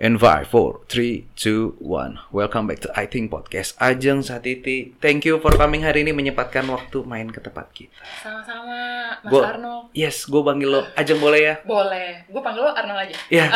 And 5, 4, 3, 2, 1. Welcome back to I Think Podcast. Ajeng Satiti, thank you for coming hari ini, menyempatkan waktu main ke tempat kita. Sama-sama, Mas Arnold. Yes, gue panggil lo Ajeng boleh ya? Boleh, gue panggil lo Arnold aja. Iya.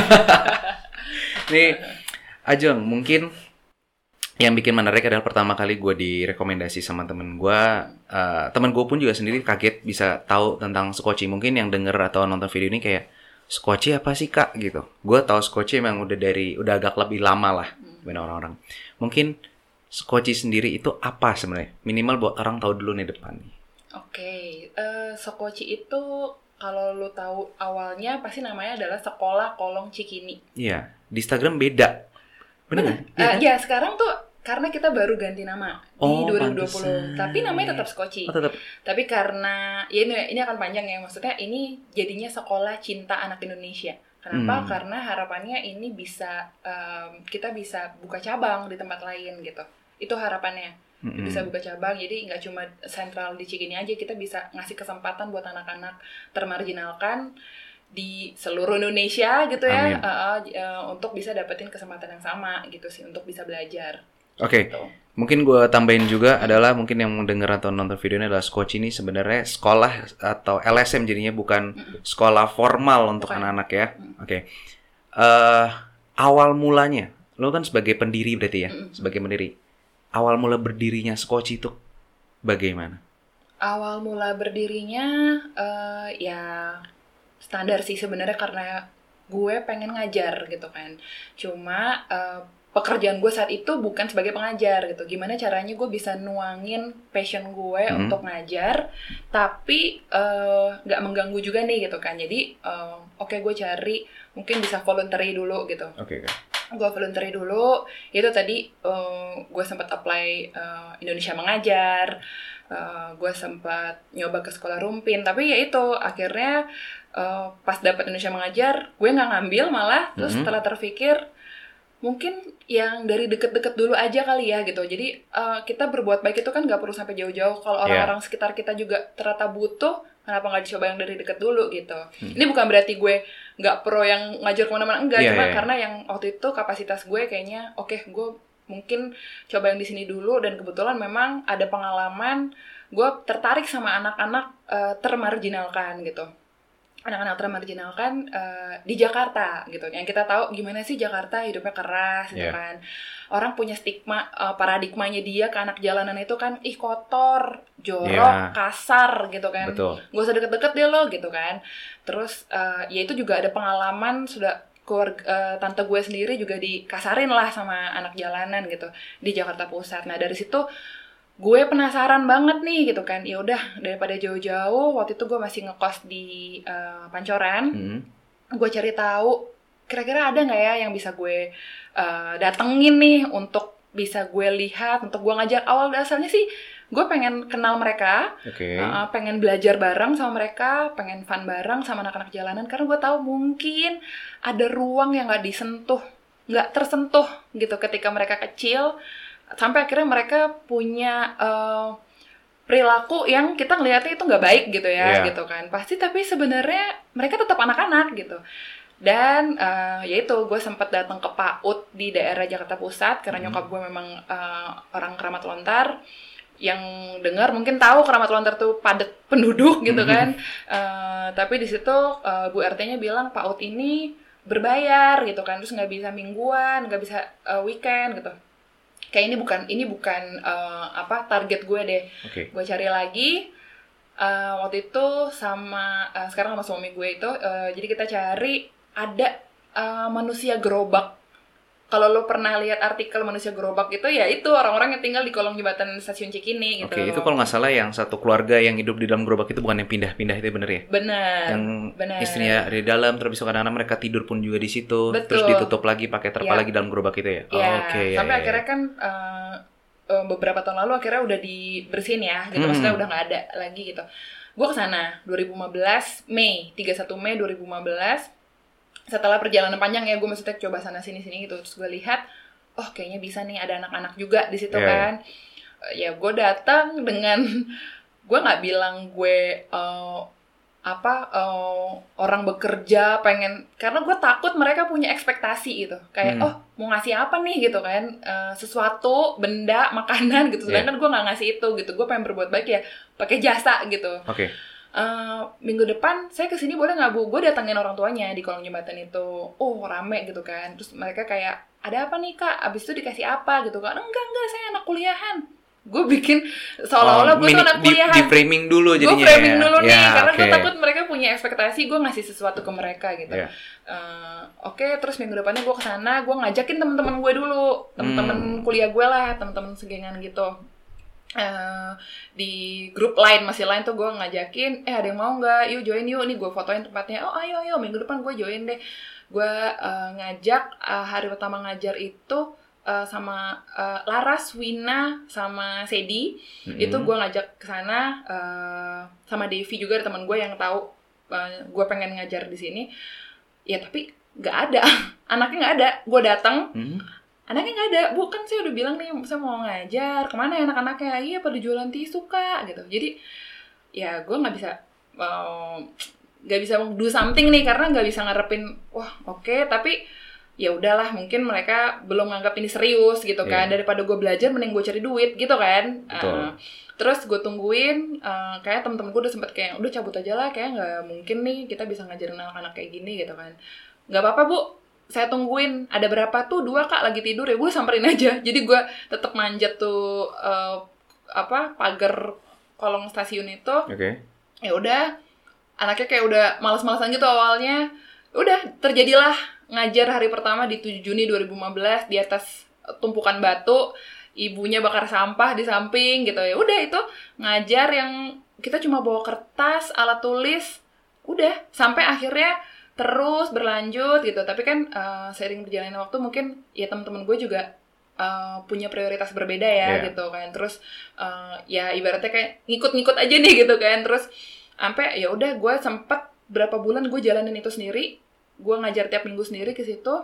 Nih, Ajeng, mungkin yang bikin menarik adalah pertama kali gue direkomendasi sama temen gue. Temen gue pun juga sendiri kaget bisa tahu tentang Skoci. Mungkin yang denger atau nonton video ini kayak, Skoci apa sih kak gitu. Gue tahu Skoci emang udah agak lebih lama lah dibanding orang-orang. Mungkin Skoci sendiri itu apa sebenarnya? Minimal buat orang tahu dulu nih depan nih. Oke, Skoci itu kalau lu tahu awalnya pasti namanya adalah Sekolah Kolong Cikini. Iya, di Instagram beda. Bener nggak? Ya sekarang tuh karena kita baru ganti nama di 2020, pantesan. Tapi namanya tetap Skoci. Tetap. Tapi karena ya ini akan panjang ya, maksudnya ini jadinya Sekolah Cinta Anak Indonesia. Kenapa? Karena harapannya ini bisa kita bisa buka cabang di tempat lain gitu. Itu harapannya. Bisa buka cabang, jadi nggak cuma sentral di Cikini aja, kita bisa ngasih kesempatan buat anak-anak termarginalkan di seluruh Indonesia gitu ya, untuk bisa dapetin kesempatan yang sama gitu sih, untuk bisa belajar. Oke, gitu. Mungkin gue tambahin juga adalah mungkin yang mendengar atau nonton video ini adalah Skoci ini sebenarnya sekolah atau LSM jadinya, bukan sekolah formal untuk anak-anak ya. Oke. Awal mulanya, lo kan sebagai pendiri berarti ya, sebagai pendiri. Awal mula berdirinya Skoci itu bagaimana? Awal mula berdirinya ya standar sih sebenarnya, karena gue pengen ngajar gitu kan. Cuma pekerjaan gue saat itu bukan sebagai pengajar gitu. Gimana caranya gue bisa nuangin passion gue untuk ngajar, tapi nggak mengganggu juga nih gitu kan. Jadi oke, gue cari mungkin bisa voluntary dulu gitu. Oke. Gue voluntary dulu. Itu tadi gue sempat apply Indonesia Mengajar. Gue sempat nyoba ke sekolah Rumpin, tapi ya itu akhirnya pas dapet Indonesia Mengajar gue nggak ngambil malah. Terus setelah terpikir mungkin yang dari deket-deket dulu aja kali ya gitu. Jadi kita berbuat baik itu kan nggak perlu sampai jauh-jauh. Kalau orang-orang sekitar kita juga ternyata butuh, kenapa nggak dicoba yang dari deket dulu gitu. Ini bukan berarti gue nggak pro yang ngajar kemana-mana, enggak. Cuma karena yang waktu itu kapasitas gue kayaknya oke, gue mungkin coba yang di sini dulu. Dan kebetulan memang ada pengalaman, gue tertarik sama anak-anak termarginalkan gitu. Anak-anak termarginalkan di Jakarta gitu. Yang kita tahu gimana sih Jakarta hidupnya keras gitu kan. Orang punya stigma, paradigmanya dia ke anak jalanan itu kan, ih kotor, jorok, kasar gitu kan. Betul. Gak usah deket-deket deh lo gitu kan. Terus ya itu juga ada pengalaman, sudah keluarga tante gue sendiri juga dikasarin lah sama anak jalanan gitu di Jakarta Pusat. Nah dari situ gue penasaran banget nih gitu kan. Ya udah, daripada jauh-jauh, waktu itu gue masih ngekos di Pancoran. Gue cari tahu kira-kira ada nggak ya yang bisa gue datengin nih untuk bisa gue lihat, untuk gue ngajak. Awal dasarnya sih gue pengen kenal mereka, pengen belajar bareng sama mereka, pengen fun bareng sama anak-anak jalanan, karena gue tahu mungkin ada ruang yang nggak tersentuh gitu ketika mereka kecil. Sampai akhirnya mereka punya perilaku yang kita ngelihatnya itu nggak baik gitu ya, gitu kan. Pasti tapi sebenarnya mereka tetap anak-anak gitu. Dan ya itu, gue sempat datang ke PAUD di daerah Jakarta Pusat karena nyokap gue memang orang Keramat Lontar. Yang dengar mungkin tahu Keramat Lontar tuh padat penduduk gitu kan. Tapi di situ Bu RT-nya bilang PAUD ini berbayar gitu kan, terus nggak bisa mingguan, nggak bisa weekend gitu. Kayak ini bukan target gue deh. Gue cari lagi waktu itu sama sekarang sama suami gue itu, jadi kita cari ada manusia gerobak. Kalau lo pernah lihat artikel manusia gerobak itu, ya itu orang-orang yang tinggal di kolong jembatan stasiun Cikini gitu. Itu kalau nggak salah yang satu keluarga yang hidup di dalam gerobak itu bukan yang pindah-pindah, itu bener ya? Bener. Yang istrinya ada di dalam, terus besok kadang-kadang mereka tidur pun juga di situ. Betul. Terus ditutup lagi pakai terpal lagi dalam gerobak itu ya? Sampai akhirnya kan beberapa tahun lalu akhirnya udah dibersihin ya gitu. Maksudnya udah nggak ada lagi gitu. Gue kesana 2015 Mei 31 Mei 2015. Setelah perjalanan panjang ya, gue maksudnya coba sana sini gitu. Terus gue lihat, oh kayaknya bisa nih, ada anak-anak juga di situ kan. Ya gue datang dengan, gue nggak bilang gue orang bekerja pengen, karena gue takut mereka punya ekspektasi gitu, kayak oh mau ngasih apa nih gitu kan, sesuatu benda makanan gitu, sedangkan gue nggak ngasih itu gitu, gue pengen berbuat baik ya pakai jasa gitu. Minggu depan saya kesini boleh nggak Bu? Gue datangin orang tuanya di kolong jembatan itu, oh rame gitu kan, terus mereka kayak ada apa nih Kak? Abis itu dikasih apa gitu kan? Enggak saya anak kuliahan. Gue bikin seolah-olah gue tuh anak kuliahan. Di framing dulu jadinya. Gue framing dulu nih, karena gue takut mereka punya ekspektasi gue ngasih sesuatu ke mereka gitu. Terus minggu depannya gue kesana, gue ngajakin teman-teman gue dulu, teman-teman kuliah gue lah, teman-teman segengan gitu. Di grup lain masih lain tuh gue ngajakin, ada yang mau nggak? Yuk join yuk, nih gue fotoin tempatnya. Oh ayo minggu depan gue join deh. Gue ngajak hari pertama ngajar itu sama Laras, Wina, sama Sedi. Itu gue ngajak ke sana, sama Devi juga, ada teman gue yang tahu gue pengen ngajar di sini. Ya tapi nggak ada, anaknya nggak ada. Gue datang, anaknya nggak ada. Bu, kan saya udah bilang nih saya mau ngajar, kemana ya anak-anaknya? Iya pada jualan tisu Kak gitu. Jadi ya gue nggak bisa do something nih, karena nggak bisa ngarepin oke, tapi ya udahlah, mungkin mereka belum nganggap ini serius gitu kan. Daripada gue belajar mending gue cari duit gitu kan. Terus gue tungguin, kayak temen-temen gue udah sempet kayak udah cabut aja lah, kayak nggak mungkin nih kita bisa ngajarin anak-anak kayak gini gitu kan. Nggak apa-apa Bu, saya tungguin. Ada berapa tuh? 2 Kak lagi tidur ya, gue samperin aja. Jadi gue tetap manjat tuh pagar kolong stasiun itu. Ya udah, anaknya kayak udah malas-malasan gitu awalnya. Udah, terjadilah ngajar hari pertama di 7 Juni 2015 di atas tumpukan batu. Ibunya bakar sampah di samping gitu ya. Udah, itu ngajar yang kita cuma bawa kertas, alat tulis. Udah, sampai akhirnya terus berlanjut gitu. Tapi kan seiring berjalannya waktu mungkin ya teman-teman gue juga punya prioritas berbeda ya gitu kan. Terus ya ibaratnya kayak ngikut-ngikut aja nih gitu kan. Terus sampai ya udah, gue sempet berapa bulan gue jalanin itu sendiri. Gue ngajar tiap minggu sendiri ke situ.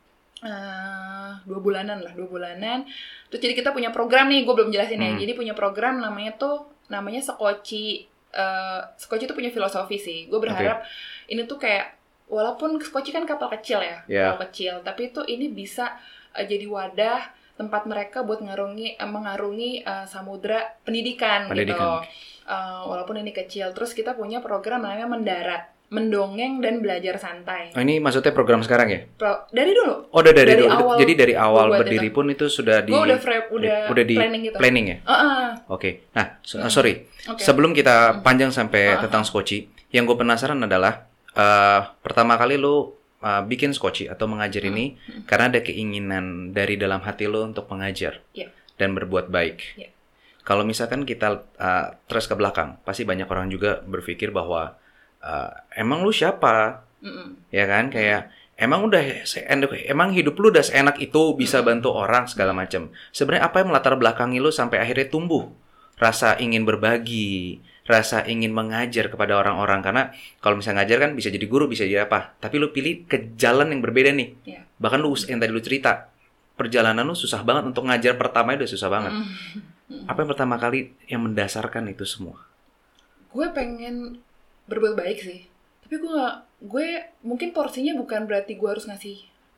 2 bulanan. Terus jadi kita punya program nih, gue belum jelasin ya. Jadi punya program namanya Sekoci. Sekoci itu punya filosofi sih. Gue berharap ini tuh kayak, walaupun Sekoci kan kapal kecil ya, kapal kecil, tapi itu ini bisa jadi wadah tempat mereka buat mengarungi samudra pendidikan. Gitu. Walaupun ini kecil. Terus kita punya program namanya Mendarat, mendongeng dan belajar santai. Oh, ini maksudnya program sekarang ya? Dari dulu. Oh, dari dulu. Jadi dari awal berdiri pun itu sudah di... Gue udah di planning gitu. Planning ya? Oke. Nah, sorry. Sebelum kita panjang sampai tentang Sekoci, yang gue penasaran adalah pertama kali lu bikin Sekoci atau mengajar ini karena ada keinginan dari dalam hati lu untuk mengajar dan berbuat baik. Kalau misalkan kita terus ke belakang, pasti banyak orang juga berpikir bahwa emang lu siapa? Ya kan, kayak emang hidup lu udah seenak itu bisa bantu orang segala macam. Sebenarnya apa yang melatar belakangi lu sampai akhirnya tumbuh rasa ingin berbagi, rasa ingin mengajar kepada orang-orang? Karena kalau misalnya ngajar kan bisa jadi guru, bisa jadi apa. Tapi lu pilih ke jalan yang berbeda nih. Bahkan lu yang tadi lu cerita, perjalanan lu susah banget untuk ngajar, pertamanya udah susah banget. Apa yang pertama kali yang mendasarkan itu semua? Gue pengen berbuat baik sih, tapi gue mungkin porsinya bukan berarti gue harus ngasih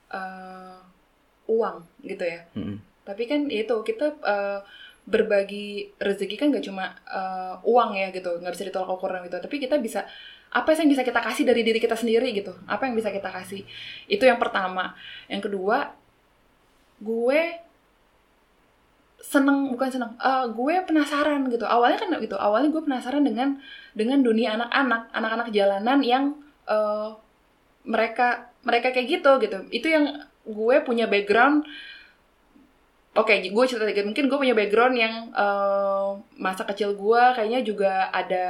uang gitu ya. Tapi kan itu kita berbagi rezeki kan gak cuma uang ya gitu, nggak bisa ditolak ukuran gitu. Tapi kita bisa, apa yang bisa kita kasih dari diri kita sendiri gitu, apa yang bisa kita kasih, itu yang pertama. Yang kedua, gue gue penasaran gitu. Awalnya kan gitu. Awalnya gue penasaran dengan dunia anak-anak jalanan yang mereka kayak gitu. Itu yang gue punya background. Oke, gue cerita dikit. Mungkin gue punya background yang masa kecil gue kayaknya juga ada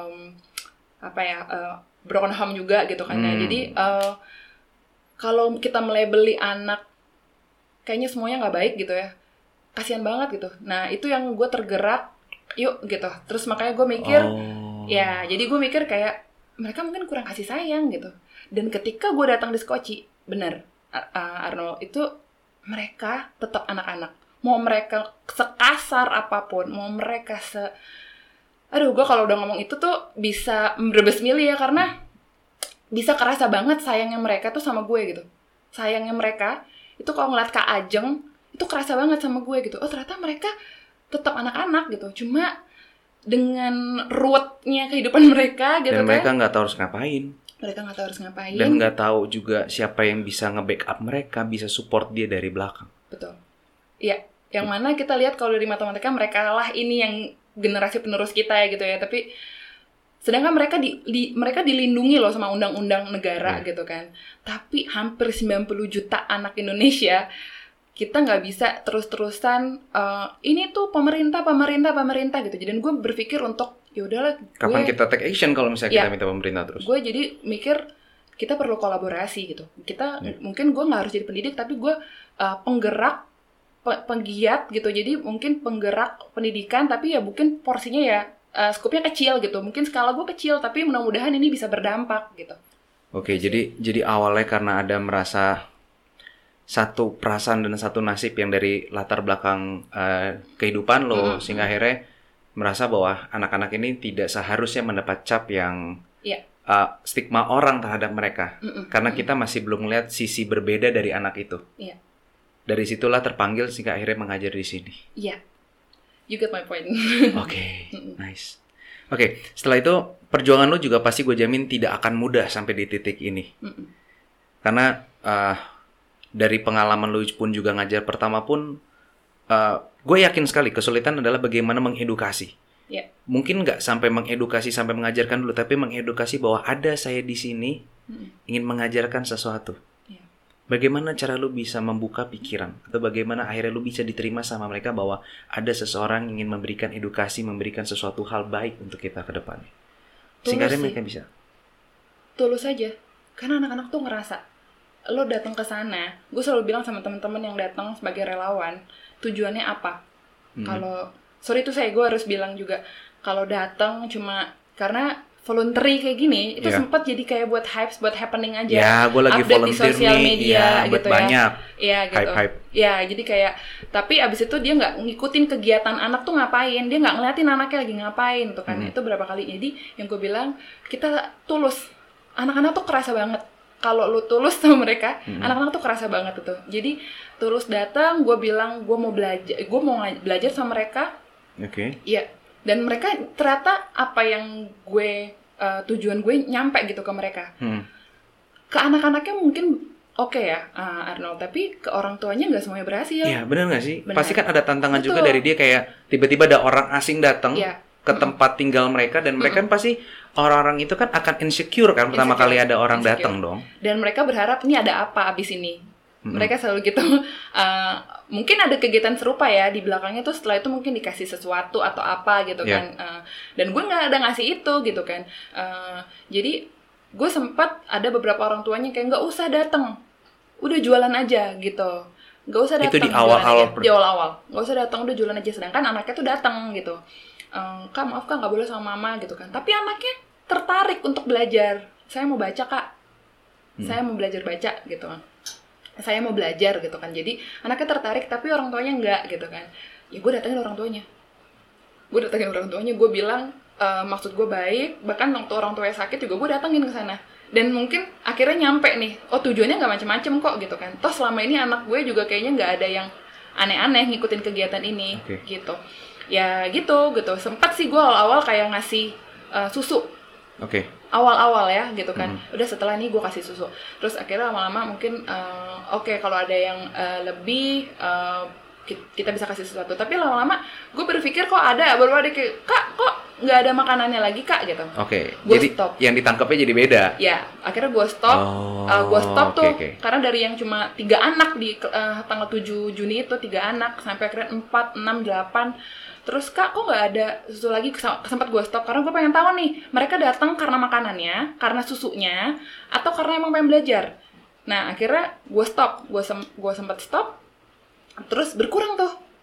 broken home juga gitu kan. Jadi kalau kita melabeli anak kayaknya semuanya nggak baik gitu ya, kasihan banget gitu. Nah itu yang gue tergerak, yuk gitu. Terus makanya gue mikir, jadi gue mikir kayak mereka mungkin kurang kasih sayang gitu. Dan ketika gue datang di Sekoci, bener Arnold, itu mereka tetap anak-anak. Mau mereka sekasar apapun, mau mereka Aduh, gue kalau udah ngomong itu tuh bisa berbes mili ya, karena bisa kerasa banget sayangnya mereka tuh sama gue gitu. Sayangnya mereka itu kalau ngeliat Kak Ajeng itu kerasa banget sama gue gitu. Oh ternyata mereka tetap anak-anak gitu. Cuma dengan ruwetnya kehidupan mereka gitu Dan kan. mereka nggak tahu harus ngapain. Mereka nggak tahu harus ngapain. Dan nggak tahu juga siapa yang bisa nge-backup mereka, bisa support dia dari belakang. Betul. Iya, yang mana kita lihat kalau dari matematika mereka lah ini yang generasi penerus kita ya gitu ya. Tapi sedangkan mereka mereka dilindungi loh sama undang-undang negara gitu kan. Tapi hampir 90 juta anak Indonesia kita nggak bisa terus-terusan ini tuh pemerintah gitu. Jadi gue berpikir untuk ya udahlah. Kapan kita take action kalau misalnya kita minta pemerintah terus? Gue jadi mikir kita perlu kolaborasi gitu. Kita mungkin gue nggak harus jadi pendidik, tapi gue penggerak, penggiat gitu. Jadi mungkin penggerak pendidikan, tapi ya mungkin porsinya ya skupnya kecil gitu. Mungkin skala gue kecil, tapi mudah-mudahan ini bisa berdampak gitu. Oke, jadi awalnya karena ada merasa satu perasaan dan satu nasib yang dari latar belakang kehidupan lo, sehingga akhirnya merasa bahwa anak-anak ini tidak seharusnya mendapat cap yang stigma orang terhadap mereka, karena kita masih belum melihat sisi berbeda dari anak itu. Dari situlah terpanggil sehingga akhirnya mengajar di sini. Iya, you get my point. Oke, nice. Oke, setelah itu perjuangan lo juga pasti gue jamin tidak akan mudah sampai di titik ini, karena dari pengalaman lo pun juga ngajar pertama pun, gue yakin sekali kesulitan adalah bagaimana mengedukasi. Mungkin nggak sampai mengedukasi sampai mengajarkan dulu, tapi mengedukasi bahwa ada saya di sini ingin mengajarkan sesuatu. Bagaimana cara lu bisa membuka pikiran, atau bagaimana akhirnya lu bisa diterima sama mereka bahwa ada seseorang yang ingin memberikan edukasi, memberikan sesuatu hal baik untuk kita ke depannya. Sehingga mereka bisa. Tulus aja, karena anak-anak tuh ngerasa lo datang ke sana. Gue selalu bilang sama teman-teman yang datang sebagai relawan, tujuannya apa? Kalau sorry itu gue harus bilang juga, kalau datang cuma karena voluntary kayak gini, itu sempat jadi kayak buat hype, buat happening aja. Ya, gue lagi update volunteer di sosial media gitu banyak. Ya, gitu. Hype. Ya, jadi kayak, tapi abis itu dia nggak ngikutin kegiatan anak tuh ngapain, dia nggak ngeliatin anaknya lagi ngapain tuh kan. Itu berapa kali. Jadi yang gue bilang, kita tulus. Anak-anak tuh kerasa banget. Kalau lu tulus sama mereka, anak-anak tuh kerasa banget itu. Jadi tulus datang, gue bilang gue mau belajar sama mereka. Iya. Dan mereka ternyata apa yang gue tujuan gue nyampe gitu ke mereka. Ke anak-anaknya mungkin oke ya, Arnold, tapi ke orang tuanya nggak semuanya berhasil. Iya, benar nggak sih? Bener. Pasti kan ada tantangan juga dari dia, kayak tiba-tiba ada orang asing datang ke tempat tinggal mereka, dan mereka kan pasti orang-orang itu kan akan insecure kan pertama kali ada orang datang dong. Dan mereka berharap ini ada apa abis ini. Mereka selalu gitu. Mungkin ada kegiatan serupa ya di belakangnya tuh, setelah itu mungkin dikasih sesuatu atau apa gitu kan. Dan gue nggak ada ngasih itu gitu kan. Jadi gue sempat ada beberapa orang tuanya kayak nggak usah datang, udah jualan aja gitu. Nggak usah datang. Itu di awal-awal. Di awal-awal nggak usah datang, udah jualan aja. Sedangkan anaknya tuh datang gitu. Kak maaf kak nggak boleh sama mama gitu kan. Tapi anaknya tertarik untuk belajar. Saya mau baca kak. Saya mau belajar baca gitu kan. Saya mau belajar gitu kan. Jadi anaknya tertarik tapi orang tuanya enggak gitu kan. Ya gue datengin orang tuanya. Gue bilang maksud gue baik. Bahkan waktu orang tuanya sakit juga gue datengin ke sana. Dan mungkin akhirnya nyampe nih, oh tujuannya nggak macem-macem kok gitu kan. Toh selama ini anak gue juga kayaknya nggak ada yang aneh-aneh ngikutin kegiatan ini gitu. Ya gitu. Sempat sih gue awal-awal kayak ngasih susu. Awal-awal ya gitu kan. Udah setelah ini gue kasih susu. Terus akhirnya lama-lama mungkin kalau ada yang lebih kita bisa kasih sesuatu. Tapi lama-lama gue berpikir kok baru ada kayak, kak kok nggak ada makanannya lagi kak gitu. Jadi stop. yang ditangkapnya jadi beda. Ya akhirnya gue stop. Gue stop tuh karena dari yang cuma 3 anak di tanggal 7 Juni itu 3 anak sampai akhirnya 4, 6, 8. Terus kak kok nggak ada susu lagi, sempat gue stop karena gue pengen tahu nih mereka datang karena makanannya, karena susunya, atau karena emang pengen belajar. Nah akhirnya gue stop, gue sempat stop, terus berkurang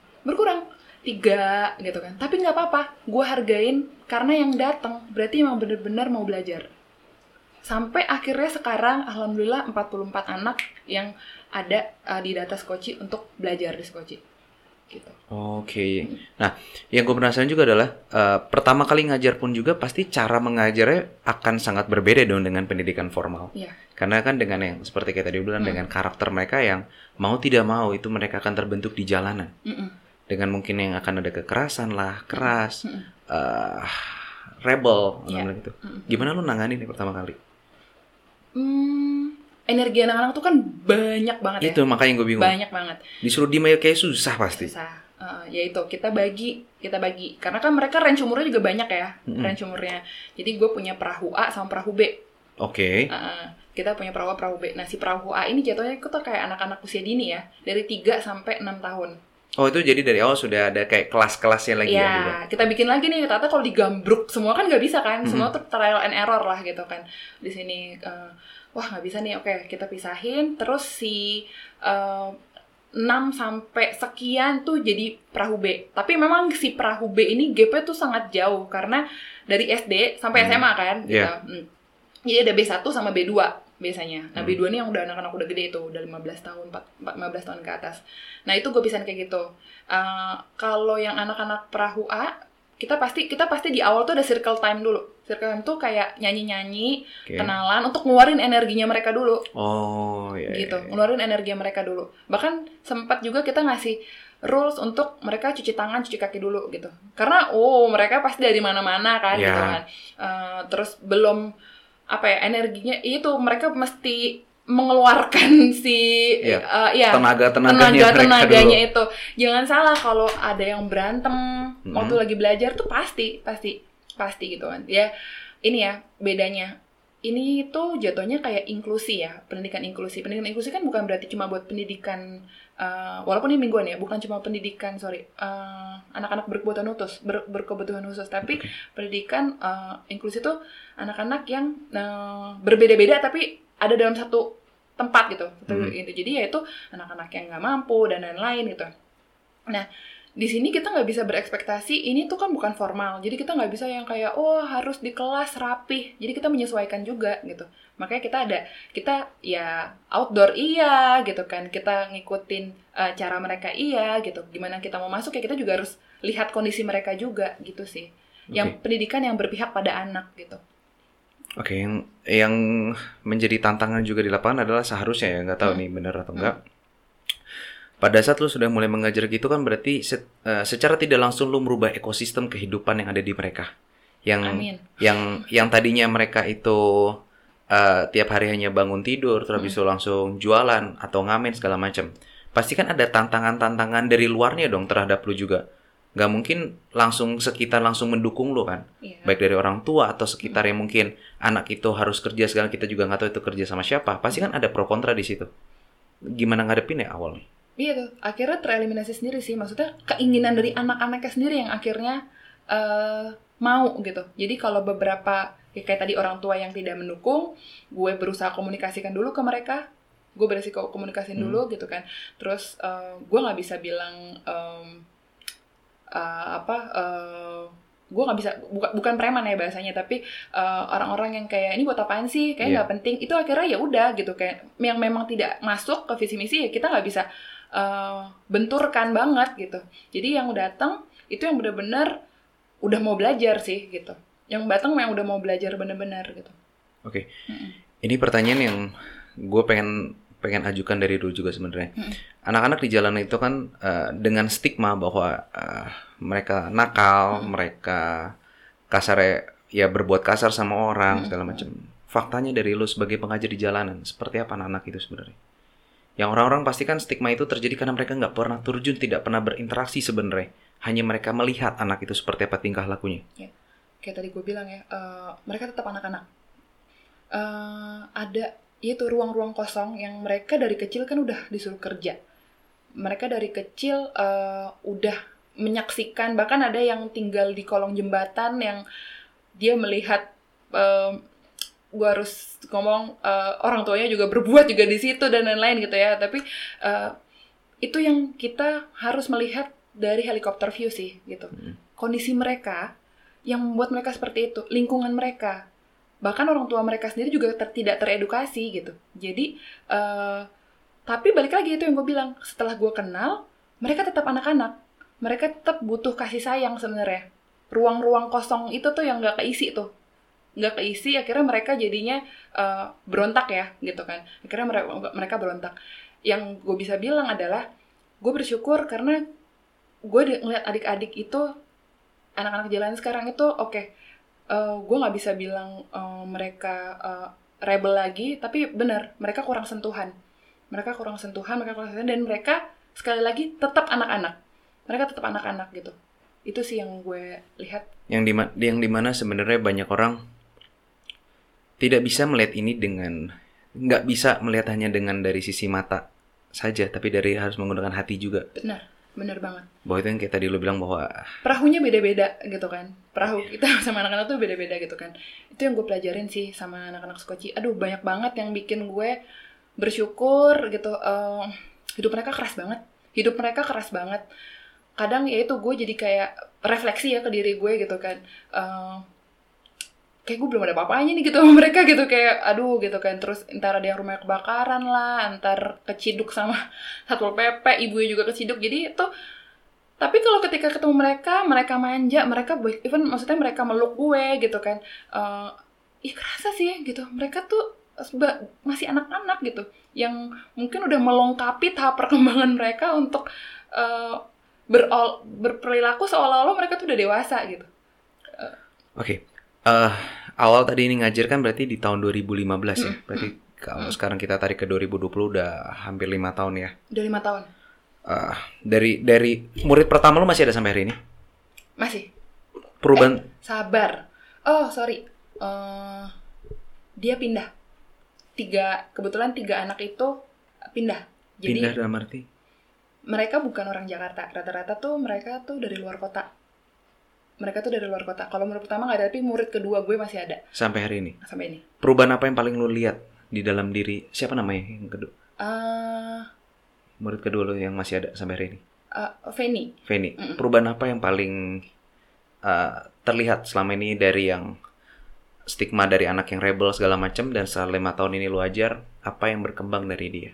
3 gitu kan. Tapi nggak apa-apa, gue hargain karena yang datang berarti emang bener-bener mau belajar. Sampai akhirnya sekarang alhamdulillah 44 anak yang ada di data Skoci untuk belajar di Skoci. gitu. Oke. Nah, yang gue penasaran juga adalah pertama kali ngajar pun juga pasti cara mengajarnya akan sangat berbeda dong dengan pendidikan formal. Iya. Karena kan dengan yang seperti kayak tadi bilang dengan karakter mereka yang mau tidak mau itu mereka akan terbentuk di jalanan. Dengan mungkin yang akan ada kekerasan lah, keras, rebel, gitu. Gimana lu nanganin nih pertama kali? Energi anak-anak tuh kan banyak banget ya. Itu makanya gue bingung. Banyak banget. Disuruh diem aja kayak susah pasti. Susah. Ya itu kita bagi karena kan mereka range umurnya juga banyak ya, range umurnya. Jadi gue punya perahu A sama perahu B. Oke. Kita punya perahu A, perahu B. Nah si perahu A ini jatuhnya itu kayak anak-anak usia dini ya, dari 3 sampai 6 tahun. Oh itu jadi dari awal sudah ada kayak kelas-kelasnya lagi ya juga? Kita bikin lagi nih, ternyata kalau digambruk semua kan nggak bisa kan, semua tuh trial and error lah gitu kan. Di sini, wah nggak bisa nih, oke kita pisahin, terus si 6 sampai sekian tuh jadi perahu B. Tapi memang si perahu B ini gapnya tuh sangat jauh, karena dari SD sampai SMA kan gitu. Jadi ada B1 sama B2 biasanya. Nah B2 ini yang udah anak-anak udah gede itu, udah 15 tahun, 15 tahun ke atas. Nah itu gue pisahin kayak gitu. Kalau yang anak-anak perahu A, kita pasti di awal tuh ada circle time dulu. Circle time tuh kayak nyanyi-nyanyi, kenalan, untuk ngeluarin energinya mereka dulu. Oh iya. Gitu, ngeluarin energi mereka dulu. Bahkan sempat juga kita ngasih rules untuk mereka cuci tangan, cuci kaki dulu gitu. Karena mereka pasti dari mana-mana kan gitu kan. Terus belum energinya itu mereka mesti mengeluarkan si tenaganya itu. Jangan salah, kalau ada yang berantem waktu lagi belajar tuh pasti gitu kan. Ya ini ya bedanya. Ini tuh jatuhnya kayak inklusi ya, pendidikan inklusi. Pendidikan inklusi kan bukan berarti cuma buat pendidikan, walaupun ini mingguan ya, bukan cuma pendidikan anak-anak berkebutuhan khusus, tapi pendidikan inklusi tuh anak-anak yang berbeda-beda tapi ada dalam satu tempat gitu. Jadi ya itu anak-anak yang nggak mampu dan lain-lain gitu. Nah di sini kita nggak bisa berekspektasi, ini tuh kan bukan formal, jadi kita nggak bisa yang kayak harus di kelas rapih, jadi kita menyesuaikan juga gitu. Makanya kita ya outdoor iya gitu kan, kita ngikutin cara mereka iya gitu. Gimana kita mau masuk ya kita juga harus lihat kondisi mereka juga gitu sih. Yang pendidikan yang berpihak pada anak gitu. Oke, yang menjadi tantangan juga di lapangan adalah seharusnya ya, nggak tahu nih benar atau enggak. Pada saat lu sudah mulai mengajar gitu kan berarti secara tidak langsung lu merubah ekosistem kehidupan yang ada di mereka. Yang tadinya mereka itu tiap hari hanya bangun tidur terus habis itu langsung jualan atau ngamen segala macam. Pasti kan ada tantangan-tantangan dari luarnya dong terhadap lu juga. Gak mungkin sekitar langsung mendukung lu kan. Baik dari orang tua atau sekitar yang mungkin anak itu harus kerja segala, kita juga nggak tahu itu kerja sama siapa. Pasti kan ada pro kontra di situ. Gimana ngadepin ya awalnya? Iya tuh, akhirnya tereliminasi sendiri sih. Maksudnya keinginan dari anak-anaknya sendiri yang akhirnya mau gitu. Jadi kalau beberapa, kayak tadi orang tua yang tidak mendukung, gue berusaha komunikasikan dulu ke mereka. Gue beresiko komunikasiin dulu gitu kan. Terus gue nggak bisa bilang gue nggak bisa, bukan preman ya bahasanya, tapi orang-orang yang kayak ini buat apaan sih, kayak nggak penting, itu akhirnya ya udah gitu, kayak yang memang tidak masuk ke visi misi ya kita nggak bisa benturkan banget gitu. Jadi yang datang itu yang benar-benar udah mau belajar sih gitu, yang datang yang udah mau belajar benar-benar gitu. Oke. Ini pertanyaan yang gue pengen ajukan dari dulu juga sebenarnya. Anak-anak di jalanan itu kan dengan stigma bahwa mereka nakal, mereka kasar ya berbuat kasar sama orang segala macam. Faktanya dari lu sebagai pengajar di jalanan, seperti apa anak-anak itu sebenarnya? Yang orang-orang pastikan stigma itu terjadi karena mereka nggak pernah terjun, tidak pernah berinteraksi sebenarnya. Hanya mereka melihat anak itu seperti apa tingkah lakunya. Ya. Kayak tadi gue bilang ya, mereka tetap anak-anak. Ada itu ruang-ruang kosong yang mereka dari kecil kan udah disuruh kerja. Mereka dari kecil udah menyaksikan, bahkan ada yang tinggal di kolong jembatan yang dia melihat, gue harus ngomong orang tuanya juga berbuat juga di situ dan lain-lain gitu ya. Tapi itu yang kita harus melihat dari helikopter view sih gitu. Kondisi mereka yang membuat mereka seperti itu, lingkungan mereka. Bahkan orang tua mereka sendiri juga tidak teredukasi gitu. Jadi tapi balik lagi itu yang gue bilang, setelah gue kenal, mereka tetap anak-anak, mereka tetap butuh kasih sayang sebenarnya. Ruang-ruang kosong itu tuh yang nggak keisi tuh, nggak keisi, akhirnya mereka jadinya berontak ya gitu kan. Akhirnya mereka berontak. Yang gue bisa bilang adalah gue bersyukur karena gue ngeliat adik-adik itu, anak-anak jalanan sekarang itu gue nggak bisa bilang mereka rebel lagi, tapi benar mereka kurang sentuhan, dan mereka sekali lagi tetap anak-anak gitu. Itu sih yang gue lihat. Yang dimana sebenarnya banyak orang tidak bisa melihat ini nggak bisa melihat hanya dengan dari sisi mata saja, tapi harus menggunakan hati juga. Benar banget. Bahwa itu yang kayak tadi lu bilang bahwa perahunya beda-beda gitu kan. Perahu kita sama anak-anak tuh beda-beda gitu kan. Itu yang gue pelajarin sih sama anak-anak Skoci. Aduh, banyak banget yang bikin gue bersyukur gitu. Hidup mereka keras banget. Kadang ya itu gue jadi kayak refleksi ya ke diri gue gitu kan. Kayak gue belum ada apa-apanya nih gitu sama mereka gitu, kayak aduh gitu kan. Terus entar ada yang rumahnya kebakaran lah, entar keciduk sama Satpol PP, ibunya juga keciduk. Jadi itu, tapi kalau ketika ketemu mereka manja, even maksudnya mereka meluk gue gitu kan, kerasa sih gitu, mereka tuh masih anak-anak gitu, yang mungkin udah melengkapi tahap perkembangan mereka untuk berperilaku seolah-olah mereka tuh udah dewasa gitu. Oke. Awal tadi ini ngajar kan berarti di tahun 2015 ya. Berarti kalau sekarang kita tarik ke 2020 udah hampir 5 tahun ya. Udah 5 tahun. Dari murid pertama lu masih ada sampai hari ini? Masih. Perubahan? Sabar. Oh, sorry. Dia pindah. Kebetulan 3 anak itu pindah. Jadi, pindah dalam arti? Mereka bukan orang Jakarta. Rata-rata tuh mereka tuh dari luar kota. Kalau murid pertama nggak ada, tapi murid kedua gue masih ada. Sampai hari ini? Sampai ini. Perubahan apa yang paling lu lihat di dalam diri? Siapa namanya yang kedua? Murid kedua lu yang masih ada sampai hari ini? Feni. Perubahan apa yang paling terlihat selama ini dari yang stigma dari anak yang rebel segala macam, dan setelah 5 tahun ini lu ajar, apa yang berkembang dari dia?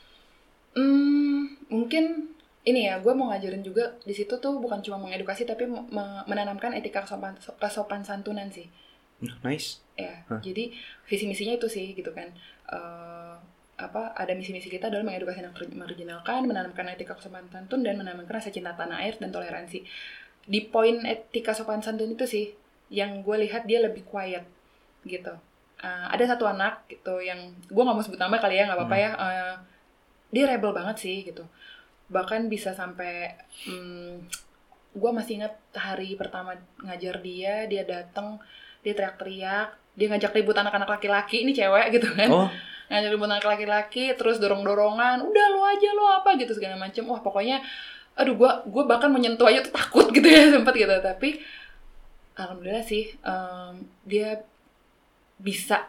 Mungkin ini ya, gue mau ngajarin juga di situ tuh bukan cuma mengedukasi, tapi menanamkan etika kesopan santunan sih. Nice. Ya, jadi visi misinya itu sih gitu kan. Ada misi-misi kita adalah mengedukasi dan marginalkan, menanamkan etika kesopan santun, dan menanamkan rasa cinta tanah air dan toleransi. Di poin etika sopan santun itu sih yang gue lihat dia lebih quiet gitu. Ada satu anak gitu yang gue nggak mau sebut nama kali ya, nggak apa-apa ya. Dia rebel banget sih gitu. Bahkan bisa sampai gue masih ingat hari pertama ngajar dia datang, dia teriak-teriak, dia ngajak ribut anak-anak laki-laki, ini cewek gitu kan. Ngajak ribut anak laki-laki, terus dorong-dorongan, udah lo aja lo apa gitu segala macem. Wah, pokoknya aduh, gue bahkan menyentuh aja tuh takut gitu ya, sempat gitu. Tapi alhamdulillah sih dia bisa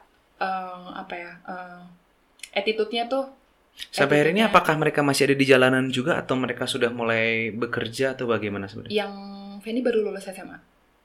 attitude-nya tuh. Sampai hari ini apakah mereka masih ada di jalanan juga, atau mereka sudah mulai bekerja, atau bagaimana sebenarnya? Yang Feni baru lulus SMA.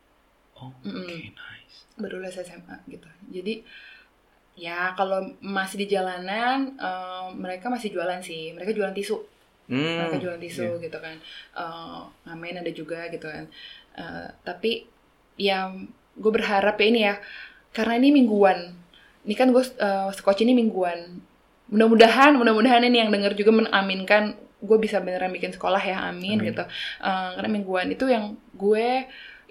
Nice. Baru lulus SMA gitu. Jadi ya kalau masih di jalanan, mereka masih jualan sih. Mereka jualan tisu. Gitu kan. Ngamen ada juga gitu kan. Tapi ya gue berharap ya ini ya, karena ini mingguan. Ini kan gue Skoci ini mingguan. Mudah-mudahan ini yang denger juga mengaminkan gue bisa beneran bikin sekolah ya, amin. Gitu. Karena mingguan itu yang gue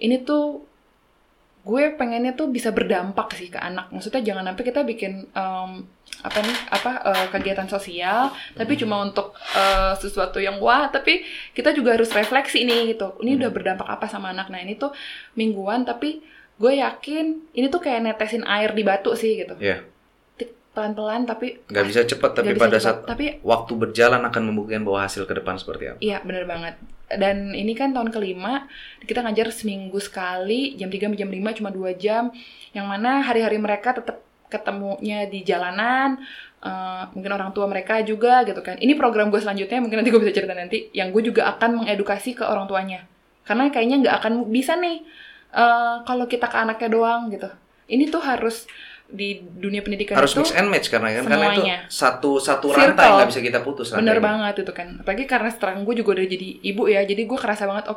pengennya tuh bisa berdampak sih ke anak. Maksudnya jangan sampai kita bikin kegiatan sosial tapi cuma untuk sesuatu yang tapi kita juga harus refleksi nih gitu. Ini udah berdampak apa sama anak. Nah, ini tuh mingguan, tapi gue yakin ini tuh kayak netesin air di batu sih gitu. Iya. Pelan-pelan, tapi nggak bisa cepat, tapi pada saat waktu berjalan akan membuktikan bahwa hasil ke depan seperti apa. Iya, benar banget. Dan ini kan tahun kelima, kita ngajar seminggu sekali, jam 3 sampai jam 5, cuma 2 jam, yang mana hari-hari mereka tetap ketemunya di jalanan, mungkin orang tua mereka juga gitu kan. Ini program gue selanjutnya, mungkin nanti gue bisa cerita nanti, yang gue juga akan mengedukasi ke orang tuanya. Karena kayaknya nggak akan bisa nih kalau kita ke anaknya doang gitu. Ini tuh harus di dunia pendidikan harus itu mix and match karena itu semuanya. satu Circle. rantai nggak bisa kita putus. Bener rantainya. banget itu kan. Apalagi karena sekarang gue juga udah jadi ibu ya, jadi gue kerasa banget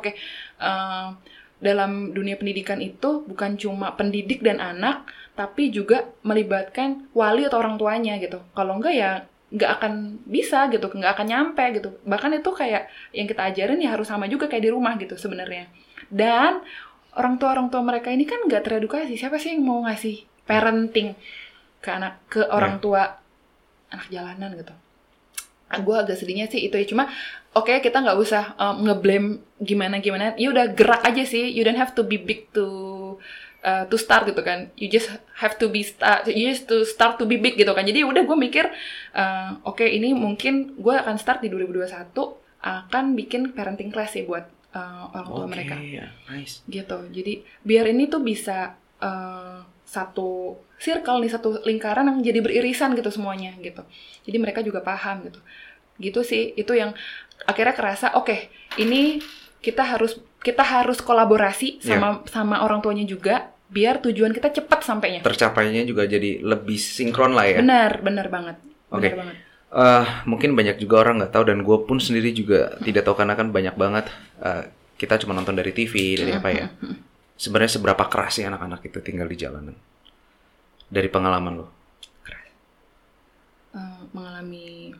dalam dunia pendidikan itu bukan cuma pendidik dan anak, tapi juga melibatkan wali atau orang tuanya gitu. Kalau enggak ya nggak akan bisa gitu, nggak akan nyampe gitu. Bahkan itu kayak yang kita ajarin ya harus sama juga kayak di rumah gitu sebenarnya. Dan orang tua mereka ini kan nggak teredukasi. Siapa sih yang mau ngasih parenting ke orang tua anak jalanan gitu? Gue agak sedihnya sih itu ya. Cuma oke, kita nggak usah ngeblame gimana. Ya udah gerak aja sih. You don't have to be big to start gitu kan. You just have to start to be big gitu kan. Jadi udah gue mikir oke, ini mungkin gue akan start di 2021 akan bikin parenting class ya buat orang tua mereka. Nice. Gitu. Jadi biar ini tuh bisa satu circle nih, satu lingkaran yang jadi beririsan gitu semuanya gitu. Jadi mereka juga paham gitu. Gitu sih, itu yang akhirnya kerasa oke, ini kita harus kolaborasi sama orang tuanya juga biar tujuan kita cepat sampainya. Tercapainya juga jadi lebih sinkron lah ya. Benar banget. Oke. Mungkin banyak juga orang nggak tahu dan gue pun sendiri juga tidak tahu karena kan banyak banget kita cuma nonton dari TV, dari apa ya. Sebenarnya seberapa keras sih anak-anak itu tinggal di jalanan? Dari pengalaman lo? Keras. Mengalami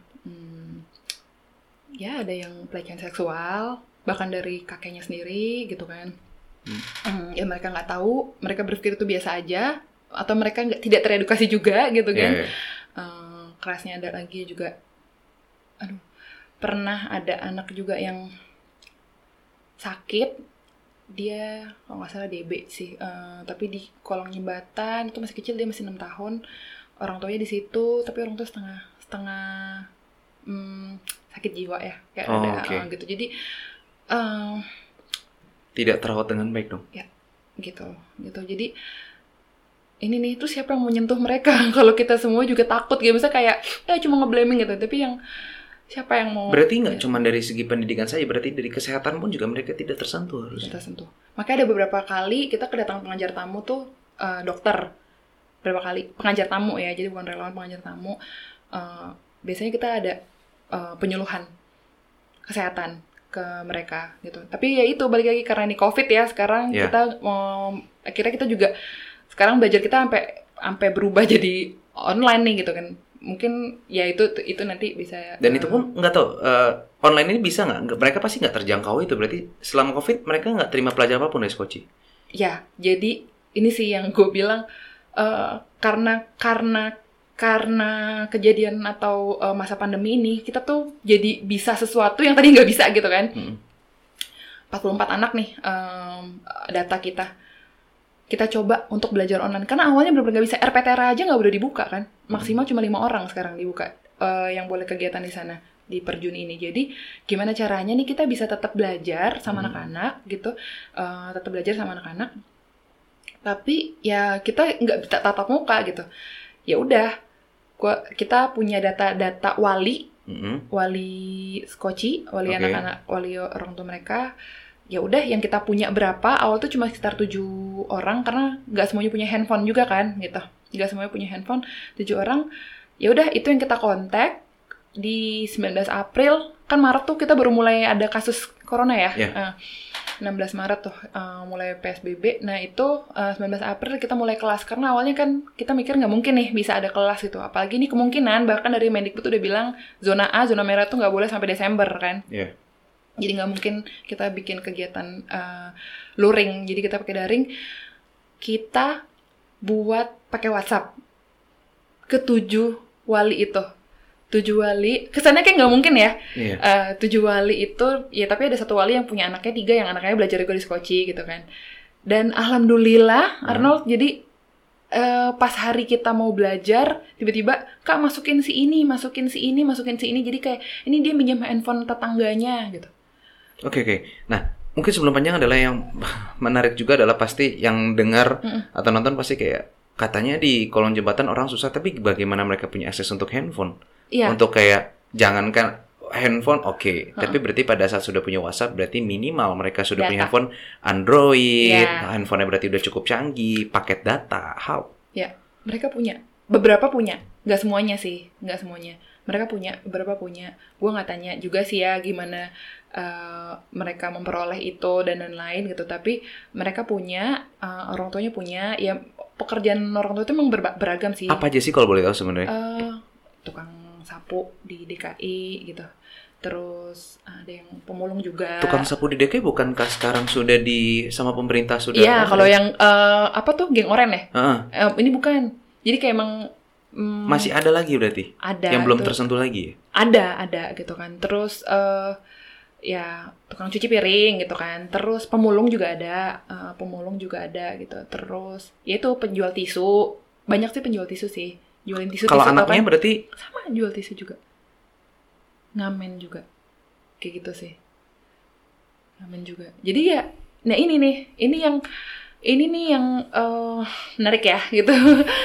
ya ada yang pelecehan seksual, bahkan dari kakeknya sendiri gitu kan. Ya mereka nggak tahu, mereka berpikir itu biasa aja, atau mereka tidak teredukasi juga gitu kan. Kerasnya ada lagi juga, pernah ada anak juga yang sakit. Dia kalau nggak salah DB sih, tapi di kolong jembatan itu masih kecil, dia masih 6 tahun, orang tuanya di situ, tapi orang tua setengah sakit jiwa ya, kayak ada gitu. Jadi tidak terawat dengan baik dong. Ya, gitu. Jadi ini nih, terus siapa yang menyentuh mereka? Kalau kita semua juga takut gitu, misalnya kayak cuma ngeblaming gitu, tapi yang siapa yang mau? Berarti nggak cuma dari segi pendidikan saja, berarti dari kesehatan pun juga mereka tidak tersentuh harusnya. Tersentuh. Makanya ada beberapa kali kita kedatangan pengajar tamu tuh dokter, beberapa kali pengajar tamu ya, jadi bukan relawan, pengajar tamu. Biasanya kita ada penyuluhan kesehatan ke mereka gitu. Tapi ya itu balik lagi karena ini COVID ya sekarang kita akhirnya kita juga sekarang belajar kita sampai berubah jadi online nih gitu kan. Mungkin ya itu nanti bisa. Dan itu pun nggak tahu online ini bisa nggak? Mereka pasti nggak terjangkau itu. Berarti selama COVID mereka nggak terima pelajaran apapun dari Skoci. Ya, jadi ini sih yang gue bilang karena kejadian atau masa pandemi ini kita tuh jadi bisa sesuatu yang tadi nggak bisa gitu kan. 44 anak nih data kita coba untuk belajar online karena awalnya benar-benar nggak bisa. RPTRA aja nggak boleh dibuka kan, maksimal cuma 5 orang sekarang dibuka yang boleh kegiatan di sana di per Juni ini. Jadi gimana caranya nih kita bisa tetap belajar sama anak-anak gitu, tetap belajar sama anak-anak, tapi ya kita nggak tatap muka gitu. Ya udah, kita punya data wali Skoci, wali anak-anak, wali orang tua mereka. Ya udah, yang kita punya berapa, awal tuh cuma sekitar 7 orang karena nggak semuanya punya handphone juga kan gitu, nggak semuanya punya handphone, 7 orang. Ya udah, itu yang kita kontak di 19 April kan. Maret tuh kita baru mulai ada kasus corona ya. 16 Maret tuh mulai PSBB. Nah itu 19 April kita mulai kelas karena awalnya kan kita mikir nggak mungkin nih bisa ada kelas gitu, apalagi ini kemungkinan bahkan dari Mendikbud udah bilang zona A, zona merah tuh nggak boleh sampai Desember kan. Jadi nggak mungkin kita bikin kegiatan luring, jadi kita pakai daring. Kita buat pakai WhatsApp ke 7 wali itu. 7 wali, kesannya kayak nggak mungkin ya. 7 wali itu, ya tapi ada 1 wali yang punya anaknya 3, yang anaknya belajar juga di Skoci gitu kan. Dan alhamdulillah Arnold, jadi pas hari kita mau belajar, tiba-tiba Kak masukin si ini. Jadi kayak ini dia minjem handphone tetangganya gitu. Oke. Nah, mungkin sebelum panjang adalah yang menarik juga adalah pasti yang dengar atau nonton pasti kayak katanya di kolong jembatan orang susah, tapi bagaimana mereka punya akses untuk handphone? Untuk kayak jangankan handphone tapi berarti pada saat sudah punya WhatsApp berarti minimal mereka sudah punya handphone Android, handphonenya berarti udah cukup canggih, paket data. How? Mereka punya, beberapa punya, nggak semuanya sih, nggak semuanya. Mereka punya, beberapa punya. Gue nggak tanya juga sih ya gimana mereka memperoleh itu dan lain-lain gitu. Tapi mereka punya, orang tuanya punya. Ya pekerjaan orang tua itu memang beragam sih. Apa aja sih kalau boleh tahu sebenarnya? Tukang sapu di DKI gitu. Terus ada yang pemulung juga. Tukang sapu di DKI bukankah sekarang sudah sama pemerintah sudah? Iya, kalau yang apa tuh geng oren ya? Ini bukan. Jadi kayak emang masih ada lagi berarti? Ada. Yang belum tersentuh lagi ya? Ada gitu kan. Terus ya tukang cuci piring gitu kan. Terus pemulung juga ada gitu. Terus ya itu penjual tisu. Banyak sih penjual tisu sih. Jualin tisu. Kalau anaknya kan, berarti sama jual tisu juga. Ngamen juga. Kayak gitu sih. Ngamen juga. Jadi ya, nah ini nih yang menarik ya gitu.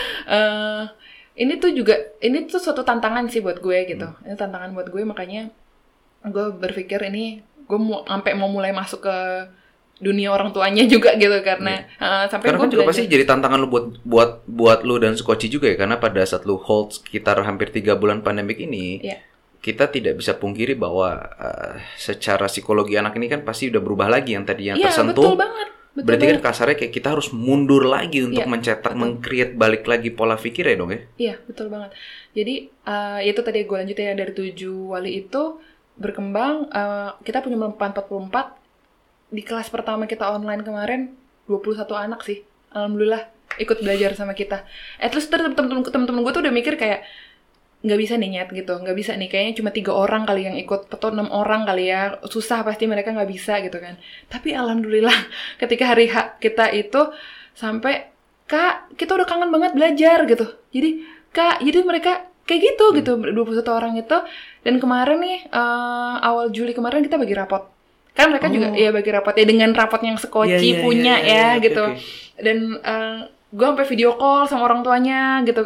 Ini tuh suatu tantangan sih buat gue gitu. Ini tantangan buat gue, makanya gue berpikir ini gue sampai mau mulai masuk ke dunia orang tuanya juga gitu karena sampai karena gue kan juga pasti jadi tantangan lu buat lu dan Skoci juga ya, karena pada saat lu hold sekitar hampir 3 bulan pandemik ini, kita tidak bisa pungkiri bahwa secara psikologi anak ini kan pasti udah berubah lagi, yang tadi yang tersentuh. Betul banget. Berarti kan kasarnya kayak kita harus mundur lagi untuk mencetak, meng-create balik lagi pola pikir ya dong ya? Iya, betul banget. Jadi, itu tadi gue lanjutin yang dari 7 wali itu berkembang, kita punya 44. Di kelas pertama kita online kemarin, 21 anak sih. Alhamdulillah, ikut belajar sama kita. At least temen-temen gue tuh udah mikir kayak, nggak bisa nih Nyet gitu, nggak bisa nih, kayaknya cuma 3 orang kali yang ikut atau 6 orang kali ya, susah pasti mereka nggak bisa gitu kan. Tapi alhamdulillah ketika hari H kita itu sampai, Kak kita udah kangen banget belajar gitu, jadi mereka kayak gitu 21 orang itu. Dan kemarin nih awal Juli kemarin kita bagi rapot kan, mereka juga ya bagi rapot ya dengan rapot yang Skoci punya gitu. Dan gue sampai video call sama orang tuanya gitu,